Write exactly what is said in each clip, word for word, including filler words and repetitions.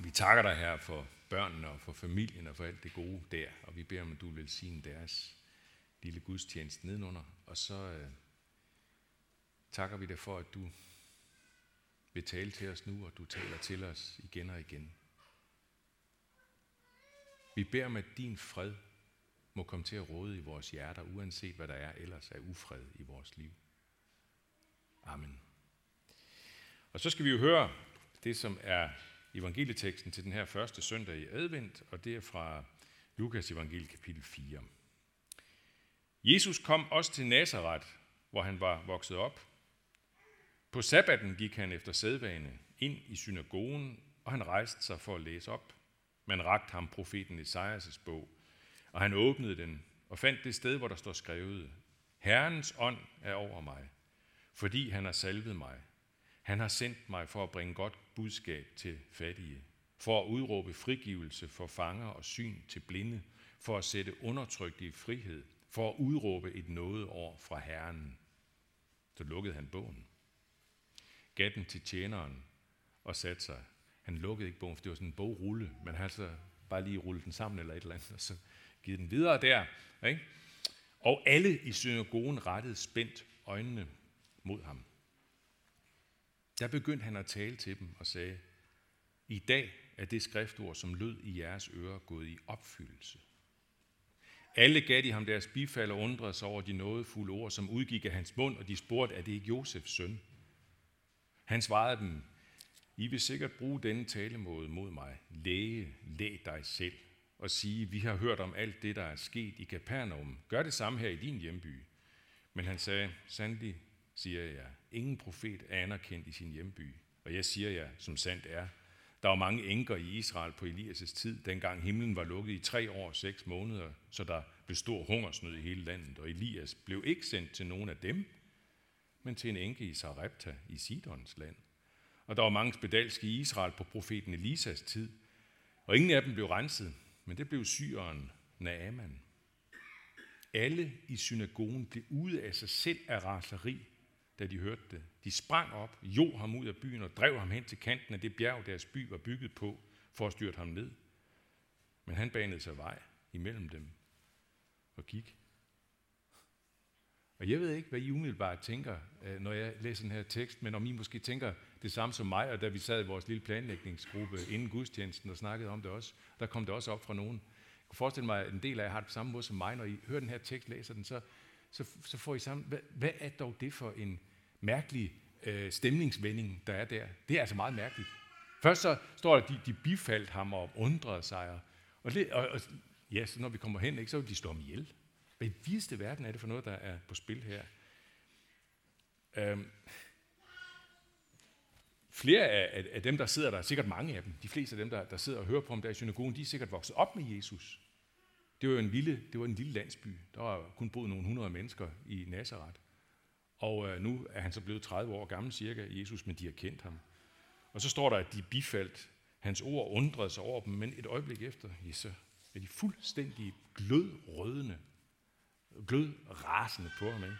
Vi takker dig her for børnene og for familien og for alt det gode der, og vi beder om, at du vil velsigne deres lille gudstjeneste nedenunder. Og så øh, takker vi dig for, at du vil tale til os nu, og du taler til os igen og igen. Vi beder om, at din fred må komme til at råde i vores hjerter, uanset hvad der er ellers af ufred i vores liv. Amen. Og så skal vi jo høre det, som er evangelieteksten til den her første søndag i advent, og det er fra Lukas evangelie kapitel fire. Jesus kom også til Nazaret, hvor han var vokset op. På sabbaten gik han efter sædvane ind i synagogen, og han rejste sig for at læse op. Man rakte ham profeten Esajas' bog, og han åbnede den og fandt det sted, hvor der står skrevet: Herrens ånd er over mig, fordi han har salvet mig. Han har sendt mig for at bringe godt budskab til fattige, for at udråbe frigivelse for fanger og syn til blinde, for at sætte undertrykte i frihed, for at udråbe et nådeår fra Herren. Så lukkede han bogen, gav den til tjeneren og satte sig. Han lukkede ikke bogen, for det var sådan en bogrulle, men han altså bare lige rullet den sammen eller et eller andet, og så givet den videre der. Ikke? Og alle i synagogen rettede spændt øjnene mod ham. Der begyndte han at tale til dem og sagde: I dag er det skriftord, som lød i jeres ører, gået i opfyldelse. Alle gav de ham deres bifald og undrede sig over de nådefulde ord, som udgik af hans mund, og de spurgte: Er det ikke Josefs søn? Han svarede dem: I vil sikkert bruge denne talemåde mod mig. Læge, læg dig selv og sige: Vi har hørt om alt det, der er sket i Kapernaum. Gør det samme her i din hjemby. Men han sagde: Sandelig siger jeg, ingen profet er anerkendt i sin hjemby. Og jeg siger jer, som sandt er, der var mange enker i Israel på Elias' tid, dengang himlen var lukket i tre år og seks måneder, så der blev stor hungersnød i hele landet. Og Elias blev ikke sendt til nogen af dem, men til en enke i Sarepta i Sidons land. Og der var mange spedalske i Israel på profeten Elisas tid, og ingen af dem blev renset, men det blev syreren Naaman. Alle i synagogen blev ude af sig selv af raseri, da de hørte det. De sprang op, jog ham ud af byen og drev ham hen til kanten af det bjerg, deres by var bygget på, for at styrte ham ned. Men han banede sig vej imellem dem og gik. Og jeg ved ikke, hvad I umiddelbart tænker, når jeg læser den her tekst, men om I måske tænker det samme som mig, og da vi sad i vores lille planlægningsgruppe inden gudstjenesten og snakkede om det også, der kom det også op fra nogen. Jeg kunne forestille mig, at en del af jer har det på samme måde som mig. Når I hører den her tekst, læser den, så, så, så får I sammen, hvad, hvad er dog det for en mærkelig øh, stemningsvending, der er der? Det er altså meget mærkeligt. Først så står der, at de, de bifaldt ham og undrede sig, og, og, og ja, så når vi kommer hen, ikke, så vil de slå ham ihjel. Hvad i vildeste verden er det for noget, der er på spil her? Øhm, flere af, af dem, der sidder der, sikkert mange af dem, de fleste af dem, der, der sidder og hører på ham der i synagogen, de er sikkert vokset op med Jesus. Det var jo en lille, det var en lille landsby. Der var kun boet nogle hundrede mennesker i Nazaret. Og øh, nu er han så blevet tredive år gammel cirka, Jesus, men de har kendt ham. Og så står der, at de bifaldt hans ord, undrede sig over dem, men et øjeblik efter, ja, så er de fuldstændig glødrødende, glødrasende på ham. Ikke?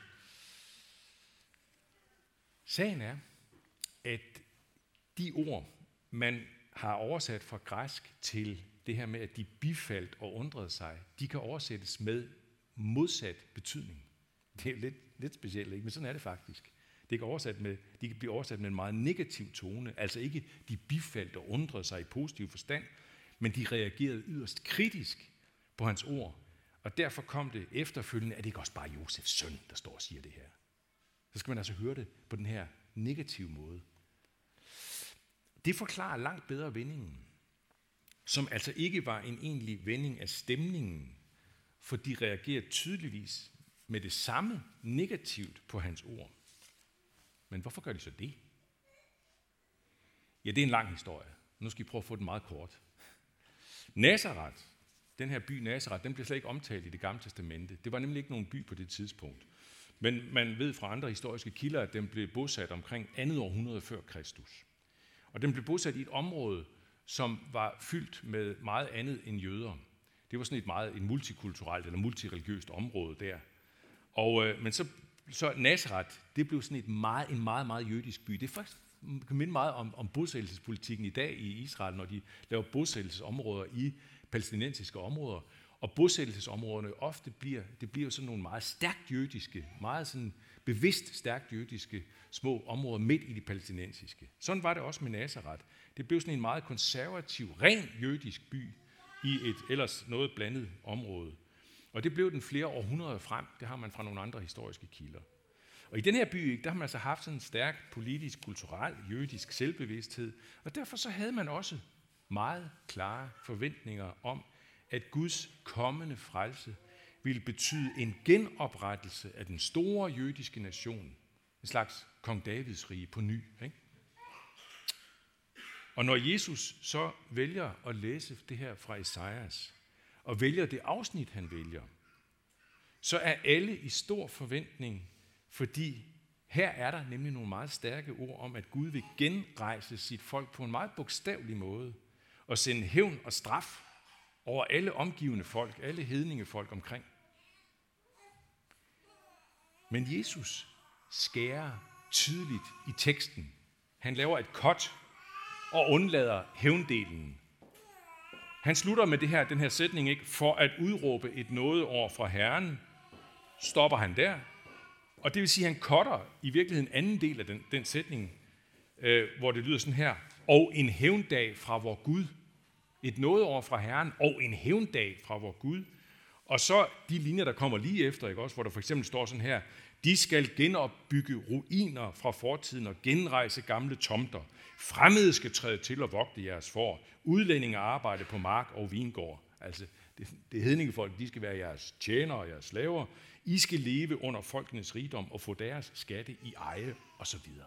Sagen er, at de ord, man har oversat fra græsk til det her med, at de bifaldt og undrede sig, de kan oversættes med modsat betydning. Det er lidt, lidt specielt, ikke? Men sådan er det faktisk. Det kan, oversat med, de kan blive oversat med en meget negativ tone, altså ikke de bifaldt og undrede sig i positiv forstand, men de reagerede yderst kritisk på hans ord. Og derfor kom det efterfølgende, at det ikke også bare Josefs søn, der står og siger det her. Så skal man altså høre det på den her negative måde. Det forklarer langt bedre vendingen, som altså ikke var en egentlig vending af stemningen, for de reagerede tydeligvis med det samme negativt på hans ord. Men hvorfor gør de så det? Ja, det er en lang historie. Nu skal I prøve at få den meget kort. Nazaret, den her by Nazaret, den blev slet ikke omtalt i Det Gamle Testamente. Det var nemlig ikke nogen by på det tidspunkt. Men man ved fra andre historiske kilder, at den blev bosat omkring andet århundrede før Kristus. Og den blev bosat i et område, som var fyldt med meget andet end jøder. Det var sådan et meget et multikulturelt eller multireligiøst område der. Og, øh, men så, så Nazaret, det blev sådan et meget, en meget, meget jødisk by. Det er faktisk kan minde meget om, om bosættelsespolitikken i dag i Israel, når de laver bosættelsesområder i palæstinensiske områder. Og bosættelsesområderne ofte bliver, det bliver sådan nogle meget stærkt jødiske, meget sådan bevidst stærkt jødiske små områder midt i de palæstinensiske. Sådan var det også med Nazaret. Det blev sådan en meget konservativ, ren jødisk by i et ellers noget blandet område. Og det blev den flere århundreder frem. Det har man fra nogle andre historiske kilder. Og i den her by, der har man altså haft sådan en stærk politisk, kulturel, jødisk selvbevidsthed. Og derfor så havde man også meget klare forventninger om, at Guds kommende frelse ville betyde en genoprettelse af den store jødiske nation. En slags kong Davids rige på ny. Ikke? Og når Jesus så vælger at læse det her fra Esajas, og vælger det afsnit, han vælger, så er alle i stor forventning, fordi her er der nemlig nogle meget stærke ord om, at Gud vil genrejse sit folk på en meget bogstavelig måde, og sende hævn og straf over alle omgivende folk, alle hedningefolk omkring. Men Jesus skærer tydeligt i teksten. Han laver et cut og undlader hævndelen. Han slutter med det her, den her sætning, ikke? For at udråbe et nådeår fra Herren, stopper han der. Og det vil sige, at han cutter i virkeligheden en anden del af den, den sætning, øh, hvor det lyder sådan her. Og en hævndag fra vor Gud. Et nådeår fra Herren og en hævndag fra vor Gud. Og så de linjer, der kommer lige efter, ikke også, hvor der for eksempel står sådan her. De skal genopbygge ruiner fra fortiden og genrejse gamle tomter. Fremmede skal træde til og vogte jeres får. Udlændinge arbejde på mark og vingård. Altså, det, det hedningefolk, de skal være jeres tjenere og jeres slaver. I skal leve under folkenes rigdom og få deres skatte i eje, og så videre.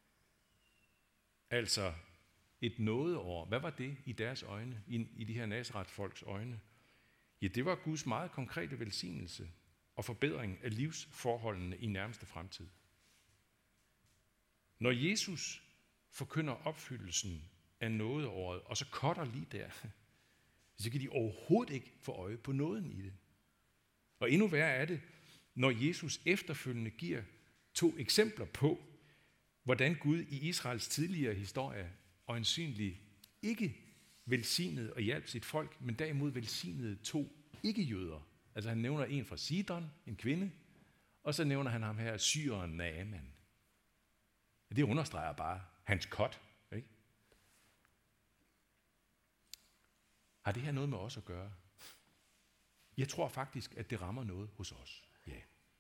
Altså, et nådeår. Hvad var det i deres øjne, i, i de her Nazaret-folks øjne? Ja, det var Guds meget konkrete velsignelse og forbedring af livsforholdene i nærmeste fremtid. Når Jesus forkynder opfyldelsen af nådeåret, og så cutter lige der, så kan de overhovedet ikke få øje på nåden i det. Og endnu værre er det, når Jesus efterfølgende giver to eksempler på, hvordan Gud i Israels tidligere historie øjensynligt ikke velsignede og hjalp sit folk, men derimod velsignede to ikke-jøder. Altså han nævner en fra Sidon, en kvinde, og så nævner han ham her, syreren Naaman. Det understreger bare hans cut. Ikke? Har det her noget med os at gøre? Jeg tror faktisk, at det rammer noget hos os. Ja.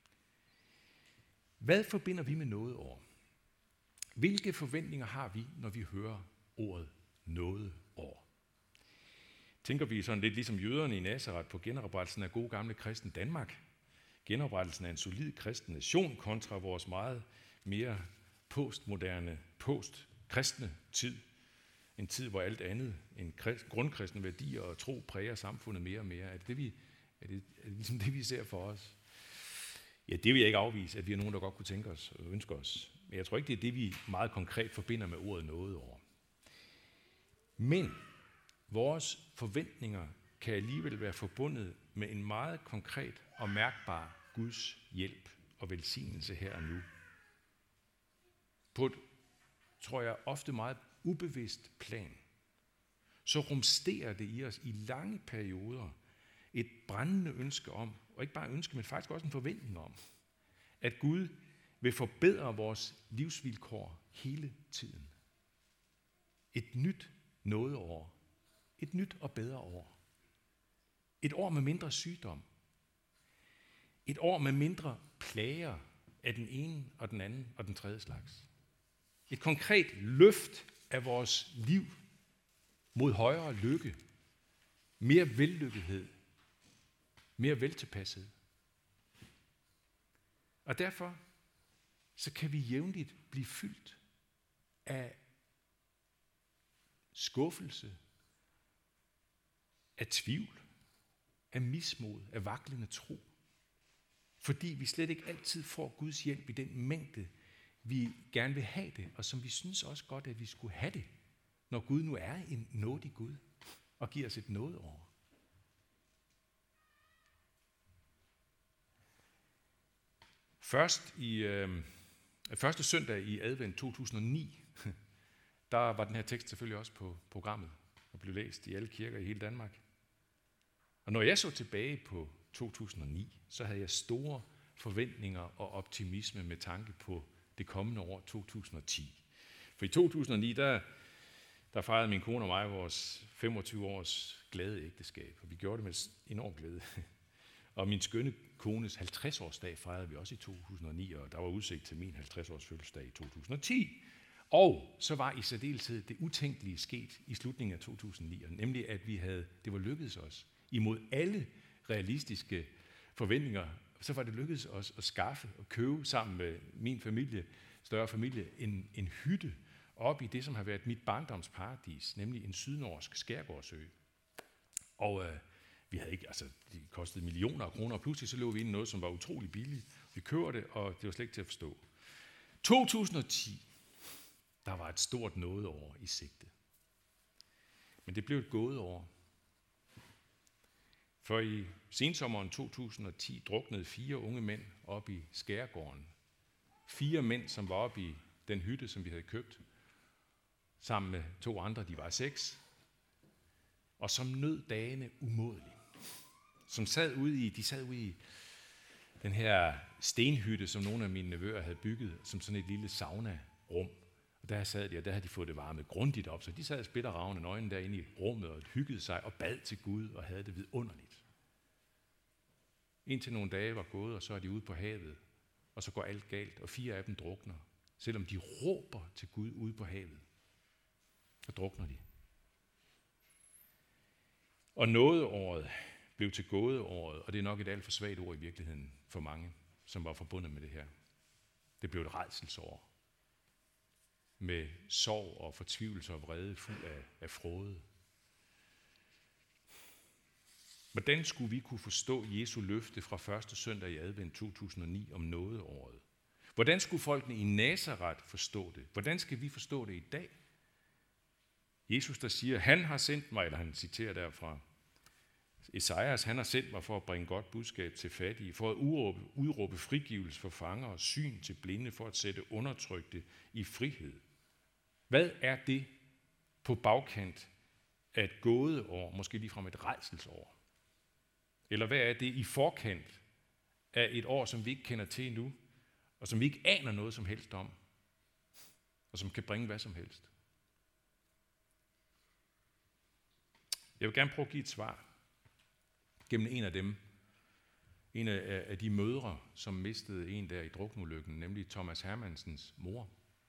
Hvad forbinder vi med nådeår? Hvilke forventninger har vi, når vi hører ordet nådeår? Tænker vi sådan lidt ligesom jøderne i Nazaret på genoprettelsen af gode gamle kristen Danmark? Genoprettelsen af en solid kristen nation kontra vores meget mere postmoderne, postkristne tid. En tid, hvor alt andet end grundkristne værdier og tro præger samfundet mere og mere. Er det, det, vi, er det, er det ligesom det, vi ser for os? Ja, det vil jeg ikke afvise, at vi er nogen, der godt kunne tænke os og ønske os. Men jeg tror ikke, det er det, vi meget konkret forbinder med ordet nådeår. Men vores forventninger kan alligevel være forbundet med en meget konkret og mærkbar Guds hjælp og velsignelse her og nu. På et, tror jeg, ofte meget ubevidst plan, så rumsterer det i os i lange perioder et brændende ønske om, og ikke bare ønske, men faktisk også en forventning om, at Gud vil forbedre vores livsvilkår hele tiden. Et nyt nådeår. Et nyt og bedre år. Et år med mindre sygdom. Et år med mindre plager af den ene og den anden og den tredje slags. Et konkret løft af vores liv mod højere lykke, mere vellykkethed, mere veltilpasset. Og derfor så kan vi jævnligt blive fyldt af skuffelse, af tvivl, af mismod, af vaklende tro. Fordi vi slet ikke altid får Guds hjælp i den mængde, vi gerne vil have det, og som vi synes også godt, at vi skulle have det, når Gud nu er en nådig Gud, og giver os et nådeår. Først i øh, første søndag i advent to tusind og ni, der var den her tekst selvfølgelig også på programmet og blev læst i alle kirker i hele Danmark. Og når jeg så tilbage på to tusind og ni, så havde jeg store forventninger og optimisme med tanke på det kommende år to tusind og ti. For i to tusind og ni, der, der fejrede min kone og mig vores femogtyve års glade ægteskab, og vi gjorde det med enorm glæde. Og min skønne kones halvtreds årsdag fejrede vi også i to tusind og ni, og der var udsigt til min halvtreds års fødselsdag i to tusind og ti. Og så var i særdeleshed det utænkelige sket i slutningen af to tusind og ni, nemlig at vi havde, det var lykkedes os imod alle realistiske forventninger, så var det lykkedes os at skaffe og købe sammen med min familie, større familie, en, en hytte op i det, som har været mit barndomsparadis, nemlig en sydnorsk skærgårdsø. Og øh, vi havde ikke, altså det kostede millioner af kroner, og pludselig så lå vi ind i noget, som var utrolig billigt. Vi køber det, og det var slet ikke til at forstå. to tusind og ti, der var et stort nådeår i sigte. Men det blev et gået år. For i sensommeren to tusind og ti druknede fire unge mænd op i skærgården. Fire mænd, som var oppe i den hytte, som vi havde købt, sammen med to andre, de var seks, og som nød dagene umådeligt. Som sad ude i, de sad ude i den her stenhytte, som nogle af mine nevøer havde bygget, som sådan et lille sauna-rum. Og der sad de, og der havde de fået det varmet grundigt op, så de sad splitterravne nøgne derinde i rummet og hyggede sig og bad til Gud og havde det vidunderligt. Indtil nogle dage var gået, og så er de ude på havet, og så går alt galt, og fire af dem drukner. Selvom de råber til Gud ude på havet, så drukner de. Og nådeåret blev til gådeåret, og det er nok et alt for svagt ord i virkeligheden for mange, som var forbundet med det her. Det blev et rædselsår med sorg og fortvivlelse og vrede fuld af, af fråde. Hvordan skulle vi kunne forstå Jesu løfte fra første søndag i advent to tusind og ni om nådeåret? Hvordan skulle folkene i Nazaret forstå det? Hvordan skal vi forstå det i dag? Jesus, der siger, han har sendt mig, eller han citerer derfra Esajas, han har sendt mig for at bringe godt budskab til fattige, for at udråbe, udråbe frigivelse for fanger og syn til blinde, for at sætte undertrykte i frihed. Hvad er det på bagkant af et gådeår, måske ligefrem et rædselsår? Eller hvad er det i forkant af et år, som vi ikke kender til endnu, og som vi ikke aner noget som helst om, og som kan bringe hvad som helst? Jeg vil gerne prøve at give et svar gennem en af dem, en af de mødre, som mistede en der i drukneulykken, nemlig Thomas Hermansens mor.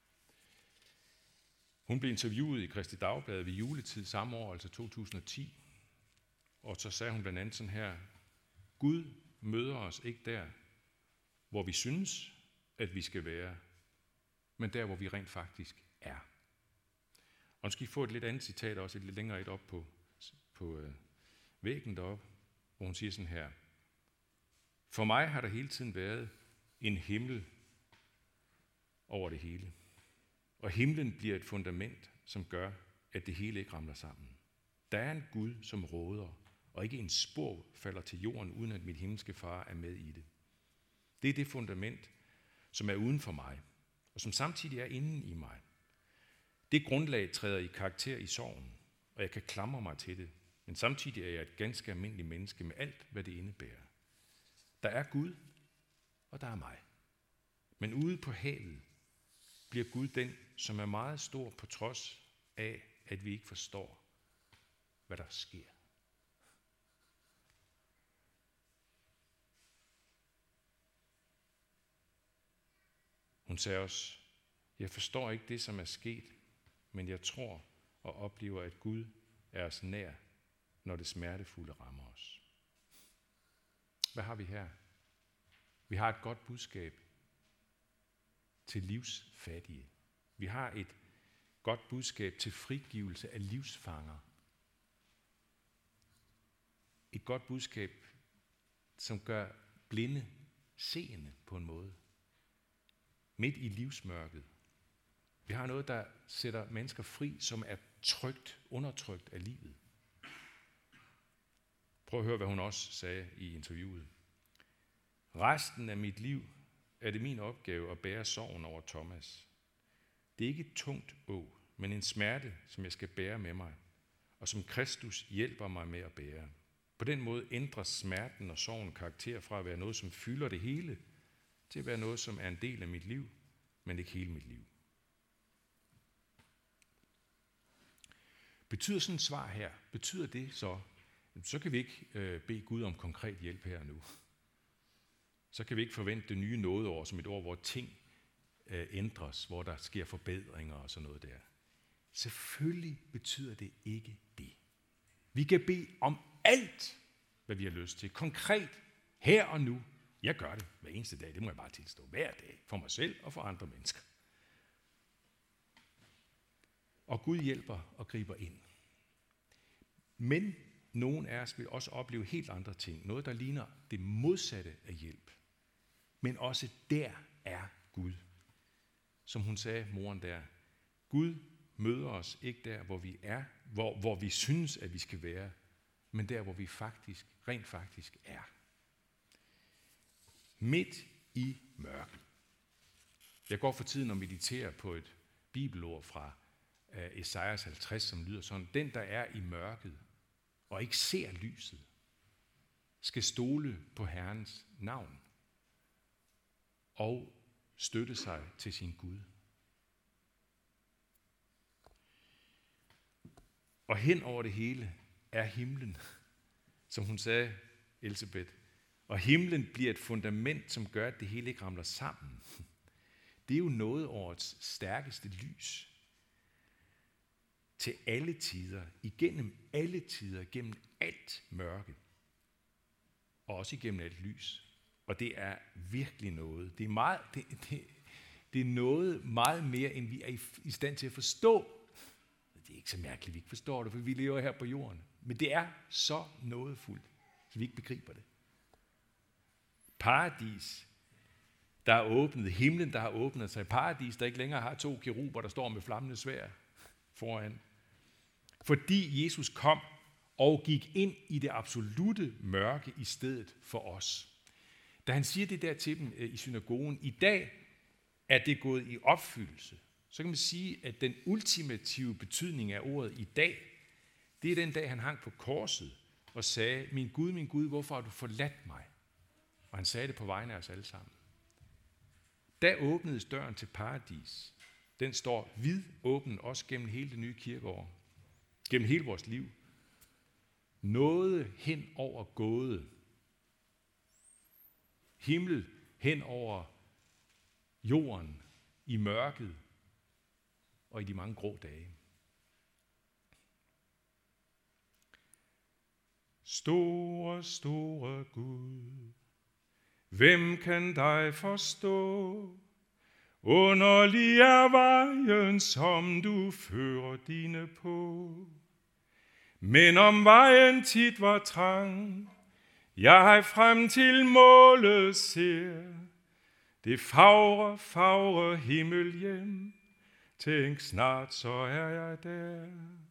Hun blev interviewet i Kristi Dagblad ved juletid samme år, altså to tusind og ti, og så sagde hun blandt andet sådan her: Gud møder os ikke der, hvor vi synes, at vi skal være, men der, hvor vi rent faktisk er. Og nu skal I få et lidt andet citat, også et lidt længere et op på, på øh, væggen deroppe, hvor hun siger sådan her: For mig har der hele tiden været en himmel over det hele. Og himlen bliver et fundament, som gør, at det hele ikke ramler sammen. Der er en Gud, som råder, og ikke en spor falder til jorden, uden at mit himmelske far er med i det. Det er det fundament, som er uden for mig, og som samtidig er inde i mig. Det grundlag træder i karakter i sorgen, og jeg kan klamre mig til det, men samtidig er jeg et ganske almindeligt menneske med alt, hvad det indebærer. Der er Gud, og der er mig. Men ude på havet bliver Gud den, som er meget stor på trods af, at vi ikke forstår, hvad der sker. Hun sagde også, jeg forstår ikke det, som er sket, men jeg tror og oplever, at Gud er os nær, når det smertefulde rammer os. Hvad har vi her? Vi har et godt budskab til livsfattige. Vi har et godt budskab til frigivelse af livsfanger. Et godt budskab, som gør blinde seende på en måde. Midt i livsmørket. Vi har noget, der sætter mennesker fri, som er trygt, undertrykt af livet. Prøv at høre, hvad hun også sagde i interviewet. Resten af mit liv er det min opgave at bære sorgen over Thomas. Det er ikke et tungt åg, men en smerte, som jeg skal bære med mig, og som Kristus hjælper mig med at bære. På den måde ændrer smerten og sorgen karakter fra at være noget, som fylder det hele, til at være noget, som er en del af mit liv, men ikke hele mit liv. Betyder sådan et svar her, betyder det så, så kan vi ikke øh, bede Gud om konkret hjælp her og nu. Så kan vi ikke forvente det nye nådeår som et år, hvor ting øh, ændres, hvor der sker forbedringer og sådan noget der. Selvfølgelig betyder det ikke det. Vi kan bede om alt, hvad vi har lyst til. Konkret, her og nu. Jeg gør det hver eneste dag, det må jeg bare tilstå. Hver dag, for mig selv og for andre mennesker. Og Gud hjælper og griber ind. Men nogen af os vil også opleve helt andre ting. Noget, der ligner det modsatte af hjælp. Men også der er Gud. Som hun sagde, moren der. Gud møder os ikke der, hvor vi er, hvor, hvor vi synes, at vi skal være, men der, hvor vi faktisk, rent faktisk er. Midt i mørket. Jeg går for tiden og mediterer på et bibelord fra uh, Esajas halvtreds, som lyder sådan: den, der er i mørket og ikke ser lyset, skal stole på Herrens navn og støtte sig til sin Gud. Og hen over det hele er himlen, som hun sagde, Elisabeth. Og himlen bliver et fundament, som gør, at det hele ikke ramler sammen. Det er jo noget årets stærkeste lys. Til alle tider, igennem alle tider, gennem alt mørke. Og også igennem alt lys. Og det er virkelig noget. Det er, meget, det, det, det er noget meget mere, end vi er i, i stand til at forstå. Det er ikke så mærkeligt, at vi ikke forstår det, for vi lever her på jorden. Men det er så nådefuldt, så vi ikke begriber det. Paradis, der er åbnet. Himlen, der har åbnet sig. Paradis, der ikke længere har to keruber, der står med flammende sværd foran. Fordi Jesus kom og gik ind i det absolute mørke i stedet for os. Da han siger det der til dem i synagogen, i dag er det gået i opfyldelse. Så kan man sige, at den ultimative betydning af ordet i dag, det er den dag, han hang på korset og sagde, min Gud, min Gud, hvorfor har du forladt mig? Og han sagde det på vegne af os alle sammen. Da åbnedes døren til paradis. Den står vidåben også gennem hele det nye kirkeår. Gennem hele vores liv. Noget hen over gåde. Himmel hen over jorden i mørket og i de mange grå dage. Store, store Gud, hvem kan dig forstå? Underlig er vejen, som du fører dine på. Men om vejen tit var trang, jeg frem til målet ser, det fagre, fagre himmel hjem. Tænk, snart så er jeg der.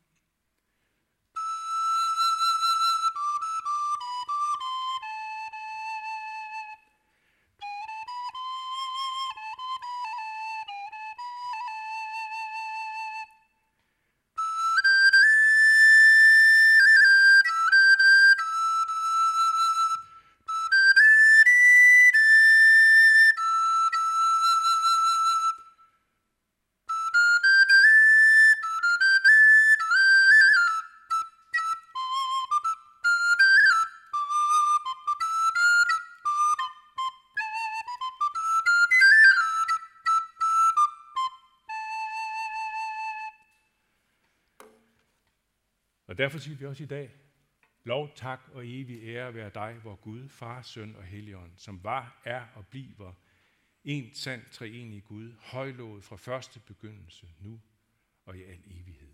Og derfor siger vi også i dag, lov, tak og evig ære være dig, vor Gud, Far, Søn og Helligånd, som var, er og bliver en sand treenig Gud, højlovet fra første begyndelse, nu og i al evighed.